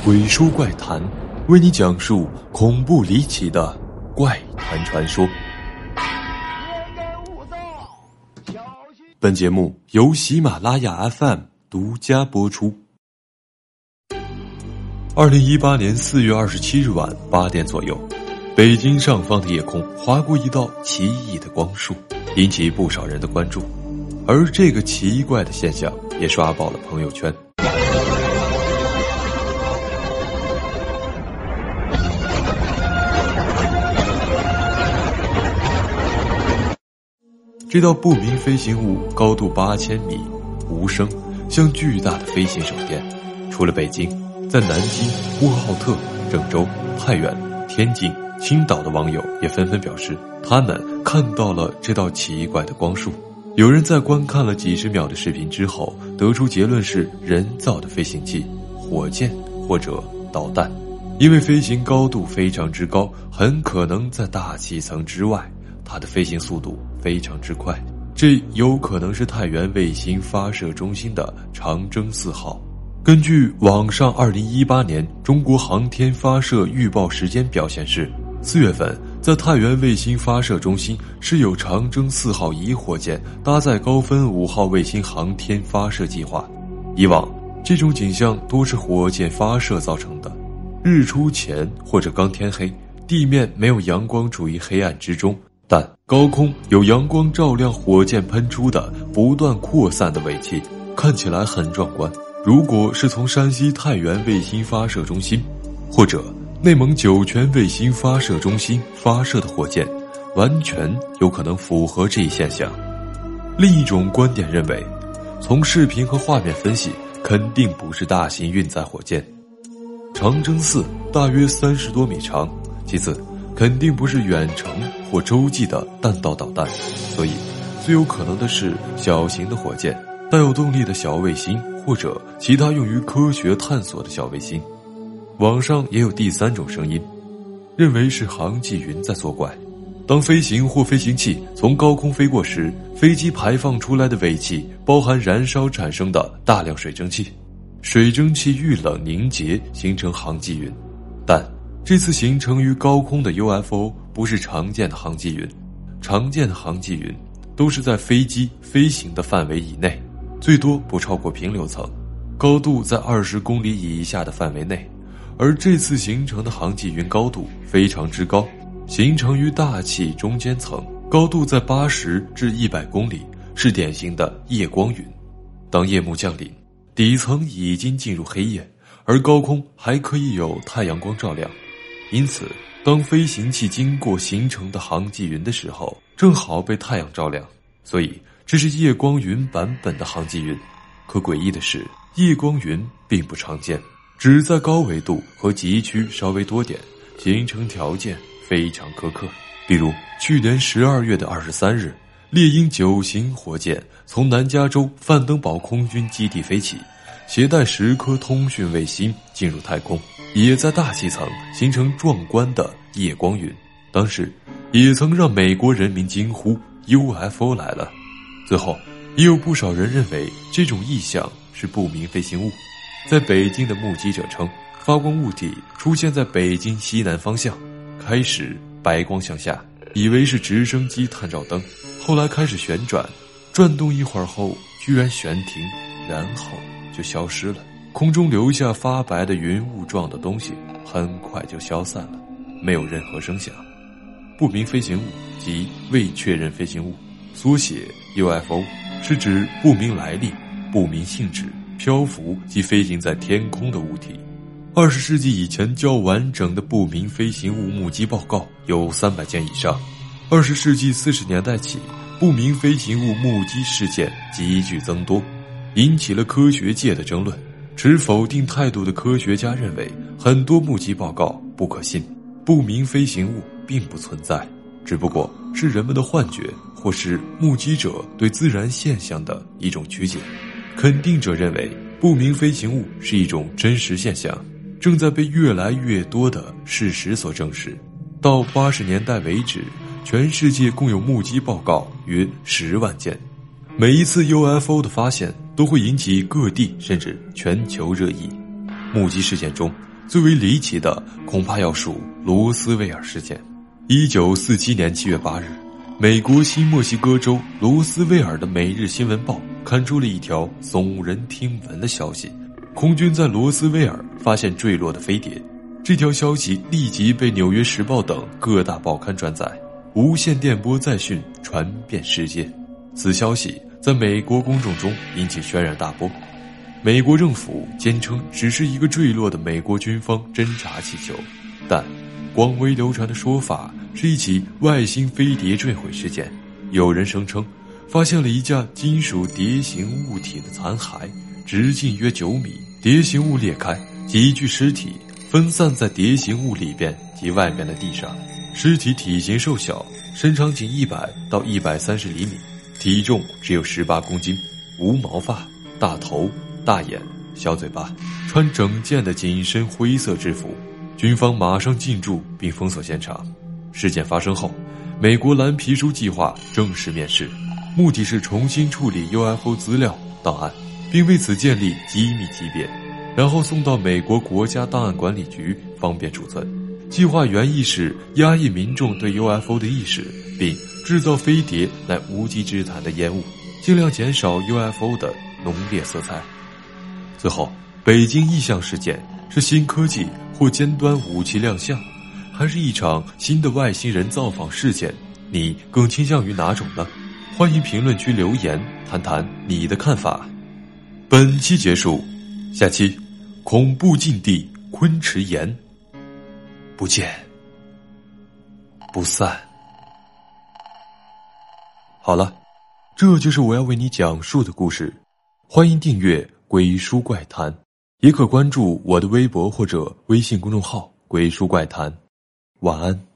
鬼说怪谈，为你讲述恐怖离奇的怪谈传说。本节目由喜马拉雅 FM 独家播出。2018年4月27日晚8点左右，北京上方的夜空划过一道奇异的光束，引起不少人的关注，而这个奇怪的现象也刷爆了朋友圈。这道不明飞行物高度8000米，无声，像巨大的飞行手电。除了北京，在南京、呼和浩特、郑州、太原、天津、青岛的网友也纷纷表示，他们看到了这道奇怪的光束。有人在观看了几十秒的视频之后，得出结论是人造的飞行器、火箭或者导弹，因为飞行高度非常之高，很可能在大气层之外，它的飞行速度非常之快，这有可能是太原卫星发射中心的长征4号。根据网上2018年中国航天发射预报时间表显示，4月份在太原卫星发射中心是有长征4号1火箭搭载高分5号卫星航天发射计划。以往这种景象多是火箭发射造成的，日出前或者刚天黑，地面没有阳光，处于黑暗之中，但高空有阳光照亮火箭喷出的不断扩散的尾气，看起来很壮观。如果是从山西太原卫星发射中心或者内蒙酒泉卫星发射中心发射的火箭，完全有可能符合这一现象。另一种观点认为，从视频和画面分析，肯定不是大型运载火箭。长征4大约30多米长，其次肯定不是远程或洲际的弹道导弹，所以最有可能的是小型的火箭、带有动力的小卫星或者其他用于科学探索的小卫星。网上也有第三种声音，认为是航迹云在作怪。当飞行或飞行器从高空飞过时，飞机排放出来的尾气包含燃烧产生的大量水蒸气，水蒸气遇冷凝结形成航迹云。但这次形成于高空的 UFO 不是常见的航迹云，常见的航迹云都是在飞机飞行的范围以内，最多不超过平流层，高度在20公里以下的范围内。而这次形成的航迹云高度非常之高，形成于大气中间层，高度在80至100公里，是典型的夜光云。当夜幕降临，底层已经进入黑夜，而高空还可以有太阳光照亮，因此当飞行器经过形成的航迹云的时候，正好被太阳照亮，所以这是夜光云版本的航迹云。可诡异的是，夜光云并不常见，只在高纬度和极区稍微多点，形成条件非常苛刻。比如去年12月23日，猎鹰9型火箭从南加州范登堡空军基地飞起，携带10颗通讯卫星进入太空，也在大气层形成壮观的夜光云。当时也曾让美国人民惊呼 UFO 来了。最后也有不少人认为这种异象是不明飞行物。在北京的目击者称，发光物体出现在北京西南方向，开始白光向下，以为是直升机探照灯，后来开始旋转，转动一会儿后居然悬停，然后就消失了。空中留下发白的云雾状的东西，很快就消散了，没有任何声响。不明飞行物即未确认飞行物，缩写 UFO 是指不明来历、不明性质、漂浮及飞行在天空的物体。20世纪以前较完整的不明飞行物目击报告有300件以上。20世纪40年代起，不明飞行物目击事件急剧增多，引起了科学界的争论。持否定态度的科学家认为，很多目击报告不可信，不明飞行物并不存在，只不过是人们的幻觉，或是目击者对自然现象的一种曲解。肯定者认为，不明飞行物是一种真实现象，正在被越来越多的事实所证实。到80年代为止，全世界共有目击报告约10万件。每一次 UFO 的发现都会引起各地甚至全球热议。目击事件中最为离奇的恐怕要数罗斯威尔事件。1947年7月8日，美国新墨西哥州罗斯威尔的《每日新闻报》刊出了一条耸人听闻的消息：空军在罗斯威尔发现坠落的飞碟。这条消息立即被《纽约时报》等各大报刊转载，无线电波再讯传遍世界。此消息在美国公众中引起轩然大波。美国政府坚称只是一个坠落的美国军方侦察气球，但广为流传的说法是一起外星飞碟坠毁事件。有人声称发现了一架金属碟形物体的残骸，直径约9米，碟形物裂开，几具尸体分散在碟形物里边及外面的地上。尸体体型瘦小，身长仅100到130厘米，体重只有18公斤，无毛发，大头大眼小嘴巴，穿整件的紧身灰色制服。军方马上进驻并封锁现场。事件发生后，美国蓝皮书计划正式面世，目的是重新处理 UFO 资料档案，并为此建立机密级别，然后送到美国国家档案管理局方便储存。计划原意是压抑民众对 UFO 的意识，并制造飞碟来无稽之谈的烟雾，尽量减少 UFO 的浓烈色彩。最后，北京异象事件是新科技或尖端武器亮相，还是一场新的外星人造访事件？你更倾向于哪种呢？欢迎评论区留言谈谈你的看法。本期结束，下期恐怖禁地昆池岩，不见不散。好了，这就是我要为你讲述的故事。欢迎订阅鬼叔怪谈，也可关注我的微博或者微信公众号鬼叔怪谈。晚安。